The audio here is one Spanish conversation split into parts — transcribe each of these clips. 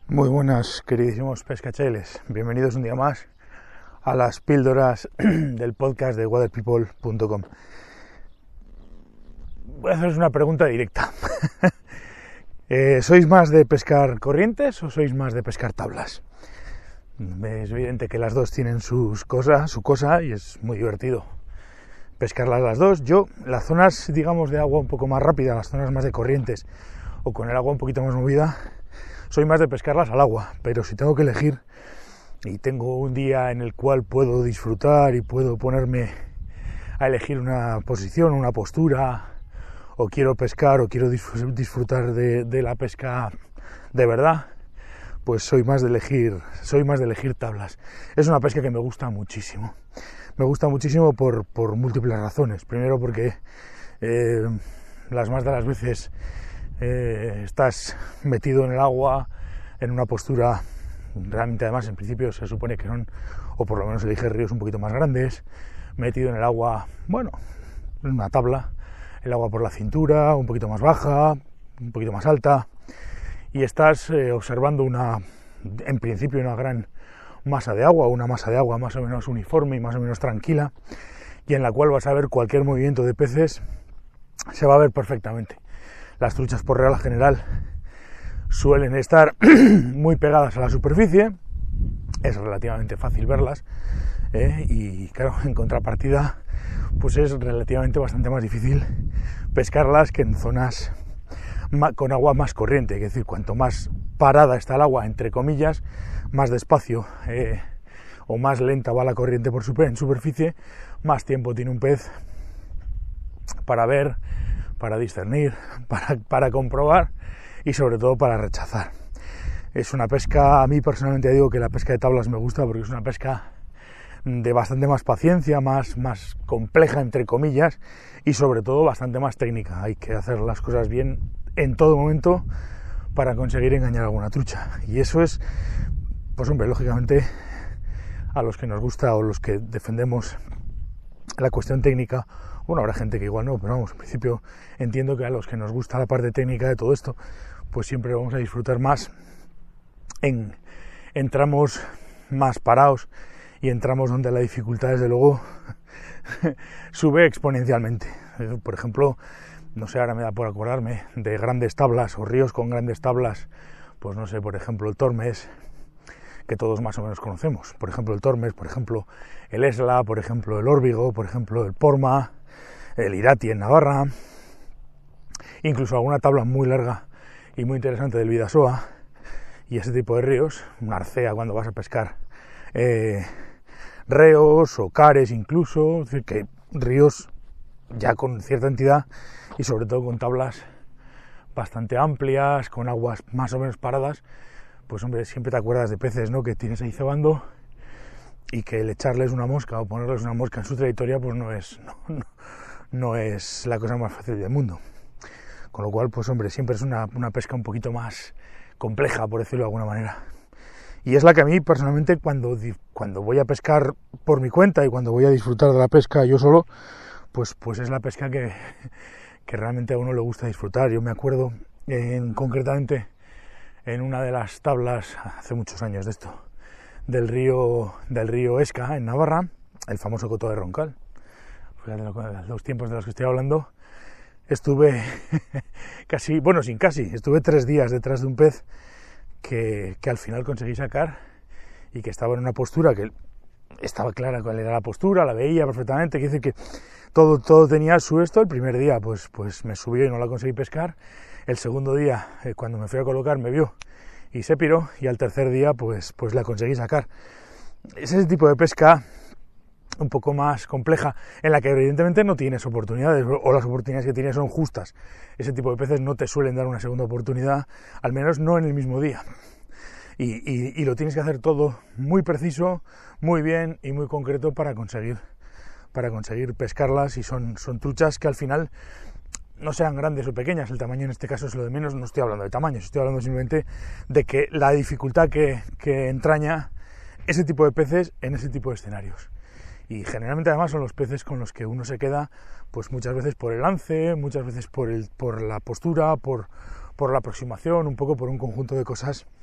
Muy buenas, queridísimos pescacheles. Bienvenidos un día más a las píldoras del podcast de waterpeople.com. Voy a haceros una pregunta directa. ¿Sois más de pescar corrientes o sois más de pescar tablas? Es evidente que las dos tienen su cosa y es muy divertido pescarlas las dos. Yo, las zonas, digamos, de agua un poco más rápida, las zonas más de corrientes o con el agua un poquito más movida, soy más de pescarlas al agua, pero si tengo que elegir y tengo un día en el cual puedo disfrutar y puedo ponerme a elegir una posición, una postura, o quiero pescar o quiero disfrutar de la pesca de verdad, pues soy más de elegir tablas. Es una pesca que me gusta muchísimo. Me gusta muchísimo por múltiples razones. Primero porque las más de las veces estás metido en el agua en una postura, realmente además en principio se supone que son, o por lo menos eliges ríos un poquito más grandes, metido en el agua, bueno, en una tabla, el agua por la cintura, un poquito más baja, un poquito más alta, y estás observando en principio una gran masa de agua, una masa de agua más o menos uniforme y más o menos tranquila, y en la cual vas a ver cualquier movimiento de peces, se va a ver perfectamente. Las truchas por regla general suelen estar muy pegadas a la superficie, es relativamente fácil verlas, y claro, en contrapartida pues es relativamente bastante más difícil pescarlas que en zonas con agua más corriente, es decir, cuanto más parada está el agua, entre comillas, más despacio o más lenta va la corriente en superficie, más tiempo tiene un pez para ver, para discernir, para comprobar y sobre todo para rechazar. Es una pesca, a mí personalmente digo que la pesca de tablas me gusta porque es una pesca de bastante más paciencia, más compleja entre comillas y sobre todo bastante más técnica. Hay que hacer las cosas bien en todo momento para conseguir engañar a alguna trucha. Y eso es, pues hombre, lógicamente a los que nos gusta o los que defendemos la cuestión técnica, bueno, habrá gente que igual no, pero vamos, en principio entiendo que a los que nos gusta la parte técnica de todo esto, pues siempre vamos a disfrutar más en tramos más parados y en tramos donde la dificultad, desde luego, sube exponencialmente. Por ejemplo, no sé, ahora me da por acordarme de grandes tablas o ríos con grandes tablas, pues no sé, por ejemplo, el Tormes, que todos más o menos conocemos. Por ejemplo, el Tormes, por ejemplo, el Esla, por ejemplo, el Órbigo, por ejemplo, el Porma, el Irati en Navarra, incluso alguna tabla muy larga y muy interesante del Bidasoa y ese tipo de ríos, una arcea cuando vas a pescar reos o cares incluso, es decir, que ríos ya con cierta entidad y sobre todo con tablas bastante amplias, con aguas más o menos paradas, pues hombre, siempre te acuerdas de peces, ¿no?, que tienes ahí cebando y que el echarles una mosca o ponerles una mosca en su trayectoria pues no es la cosa más fácil del mundo. Con lo cual, pues hombre, siempre es una pesca un poquito más compleja, por decirlo de alguna manera. Y es la que a mí personalmente cuando voy a pescar por mi cuenta y cuando voy a disfrutar de la pesca yo solo, pues es la pesca que realmente a uno le gusta disfrutar. Yo me acuerdo concretamente en una de las tablas, hace muchos años de esto, del río Esca en Navarra, el famoso Coto de Roncal. Fíjate los tiempos de los que estoy hablando. Estuve estuve 3 días detrás de un pez que al final conseguí sacar y que estaba en una postura que estaba clara cuál era la postura, la veía perfectamente, quiere decir que todo tenía su esto. El primer día pues me subió y no la conseguí pescar. El segundo día, cuando me fui a colocar, me vio y se piró, y al tercer día pues la conseguí sacar. Es ese tipo de pesca un poco más compleja, en la que evidentemente no tienes oportunidades, o las oportunidades que tienes son justas. Ese tipo de peces no te suelen dar una segunda oportunidad, al menos no en el mismo día. Y lo tienes que hacer todo muy preciso, muy bien y muy concreto para conseguir pescarlas, y son truchas que al final no sean grandes o pequeñas, el tamaño en este caso es lo de menos. No estoy hablando de tamaño, estoy hablando simplemente de que la dificultad que entraña ese tipo de peces en ese tipo de escenarios. Y generalmente además son los peces con los que uno se queda, pues muchas veces por el lance, muchas veces por la postura, por la aproximación, un poco por un conjunto de cosas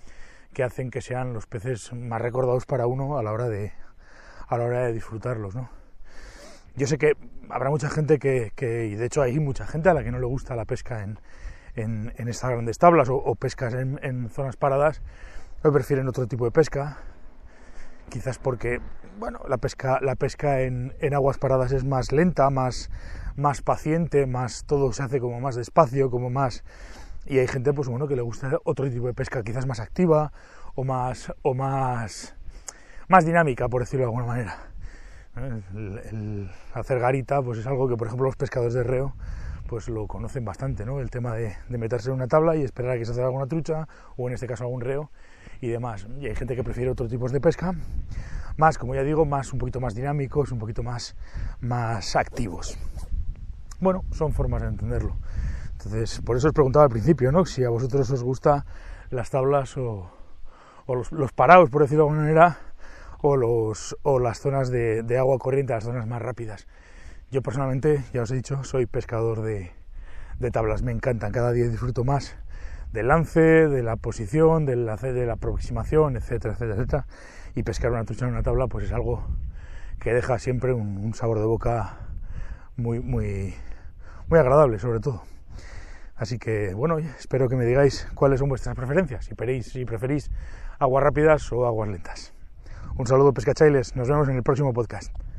que hacen que sean los peces más recordados para uno a la hora de disfrutarlos, ¿no? Yo sé que habrá mucha gente y de hecho hay mucha gente a la que no le gusta la pesca en estas grandes tablas o pescas en zonas paradas, o prefieren otro tipo de pesca, quizás porque, bueno, la pesca en aguas paradas es más lenta, más paciente, todo se hace como más despacio, y hay gente, pues bueno, que le gusta otro tipo de pesca, quizás más activa o más dinámica, por decirlo de alguna manera. El hacer garita, pues es algo que, por ejemplo, los pescadores de reo pues lo conocen bastante, ¿no? El tema de meterse en una tabla y esperar a que se haga alguna trucha, o en este caso algún reo y demás. Y hay gente que prefiere otros tipos de pesca, más, como ya digo, un poquito más dinámicos, un poquito más activos. Bueno, son formas de entenderlo. Entonces, por eso os preguntaba al principio, ¿no? Si a vosotros os gustan las tablas o los parados, por decirlo de alguna manera, o las zonas de agua corriente, las zonas más rápidas. Yo personalmente, ya os he dicho, soy pescador de tablas, me encantan, cada día disfruto más del lance, de la posición, de la aproximación, etcétera, etcétera, etcétera, y pescar una trucha en una tabla pues es algo que deja siempre un sabor de boca muy agradable, sobre todo. Así que, bueno, espero que me digáis cuáles son vuestras preferencias, si preferís aguas rápidas o aguas lentas. Un saludo, pescachailes, nos vemos en el próximo podcast.